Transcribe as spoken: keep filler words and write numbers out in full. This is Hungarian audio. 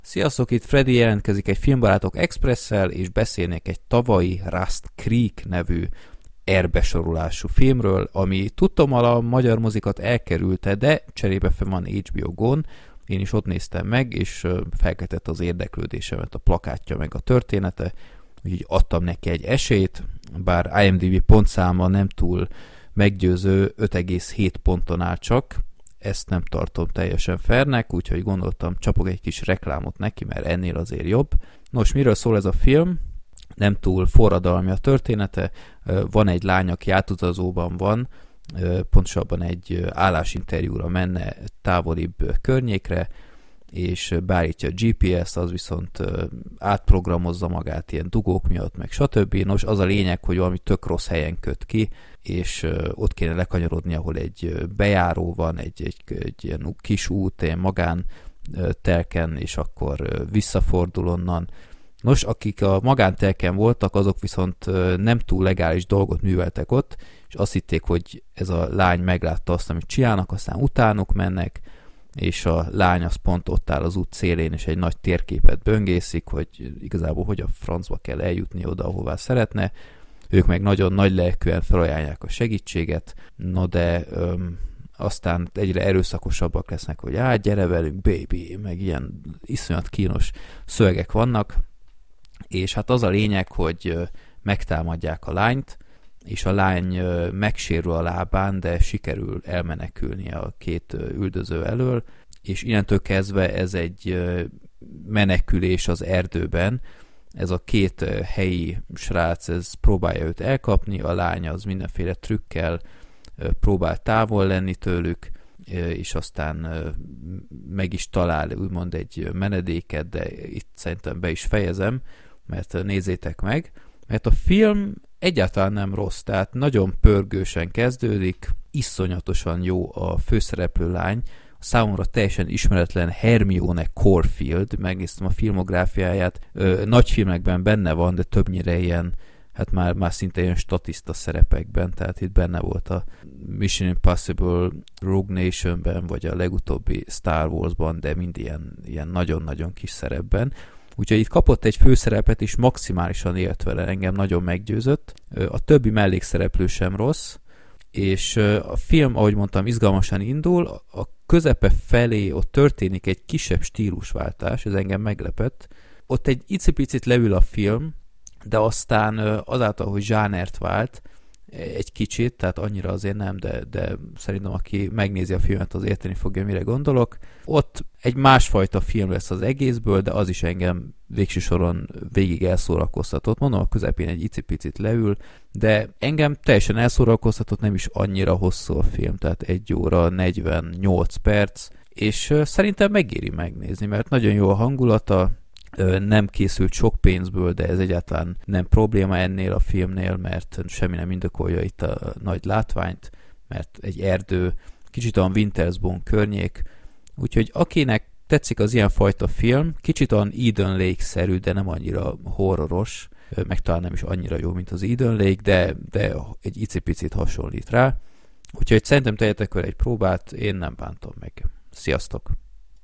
Sziasztok, itt Freddy jelentkezik egy Filmbarátok Expresszel, és beszélnék egy tavalyi Rust Creek nevű R-besorolású filmről, ami tudtommal a magyar mozikat elkerülte, de cserébe fel van há bé o Go-n. Én is ott néztem meg, és felkeltett az érdeklődésemet a plakátja meg a története, úgyhogy adtam neki egy esélyt, bár IMDb pontszáma nem túl meggyőző, öt egész hét ponton áll csak. Ezt nem tartom teljesen fairnek, úgyhogy gondoltam, csapok egy kis reklámot neki, mert ennél azért jobb. Nos, miről szól ez a film? Nem túl forradalmi a története. Van egy lány, aki átutazóban van, pontosabban egy állásinterjúra menne távolibb környékre, és beállítja a gé pé est, az viszont átprogramozza magát ilyen dugók miatt, meg stb. Nos, az a lényeg, hogy valami tök rossz helyen köt ki, és ott kéne lekanyarodni, ahol egy bejáró van, egy, egy, egy ilyen kis út, ilyen magán telken, és akkor visszafordul onnan. Nos, akik a magántelken voltak, azok viszont nem túl legális dolgot műveltek ott, és azt hitték, hogy ez a lány meglátta azt, amit csinálnak, aztán utánuk mennek, és a lány az pont ott áll az út szélén, és egy nagy térképet böngészik, hogy igazából hogy a francba kell eljutni oda, ahová szeretne. Ők meg nagyon nagy lelkűen felajánlják a segítséget, no de öm, aztán egyre erőszakosabbak lesznek, hogy á, gyere velünk, baby, meg ilyen iszonyat kínos szövegek vannak, és hát az a lényeg, hogy megtámadják a lányt, és a lány megsérül a lábán, de sikerül elmenekülnie a két üldöző elől, és innentől kezdve ez egy menekülés az erdőben. Ez a két helyi srác, ez próbálja őt elkapni, a lány az mindenféle trükkel próbál távol lenni tőlük, és aztán meg is talál úgymond egy menedéket, de itt szerintem be is fejezem, mert nézzétek meg, mert a film egyáltalán nem rossz, tehát nagyon pörgősen kezdődik, iszonyatosan jó a főszereplő lány, a számomra teljesen ismeretlen Hermione Corfield, megnéztem a filmográfiáját, ö, nagy filmekben benne van, de többnyire ilyen, hát már, már szinte ilyen statiszta szerepekben, tehát itt benne volt a Mission Impossible Rogue Nationben, vagy a legutóbbi Star Warsban, de mind ilyen, ilyen nagyon-nagyon kis szerepben. Úgyhogy itt kapott egy főszerepet, és maximálisan élt vele, engem nagyon meggyőzött. A többi mellékszereplő sem rossz, és a film, ahogy mondtam, izgalmasan indul, a közepe felé ott történik egy kisebb stílusváltás, ez engem meglepett. Ott egy icipicit leül a film, de aztán azáltal, hogy zsánert vált egy kicsit, tehát annyira azért nem, de, de szerintem aki megnézi a filmet, az érteni fogja, mire gondolok. Ott egy másfajta film lesz az egészből, de az is engem végső soron végig elszórakoztatott. Mondom, a közepén egy icipicit leül, de engem teljesen elszórakoztatott, nem is annyira hosszú a film, tehát egy óra negyvennyolc perc, és szerintem megéri megnézni, mert nagyon jó a hangulata, nem készült sok pénzből, de ez egyáltalán nem probléma ennél a filmnél, mert semmi nem indokolja itt a nagy látványt, mert egy erdő, kicsit olyan Wintersbone környék, úgyhogy akinek tetszik az ilyenfajta film, kicsit olyan Eden Lake-szerű, de nem annyira horroros, meg talán nem is annyira jó, mint az Eden Lake, de, de egy icipicit hasonlít rá, úgyhogy szerintem tegyetek vele egy próbát, én nem bántom meg. Sziasztok!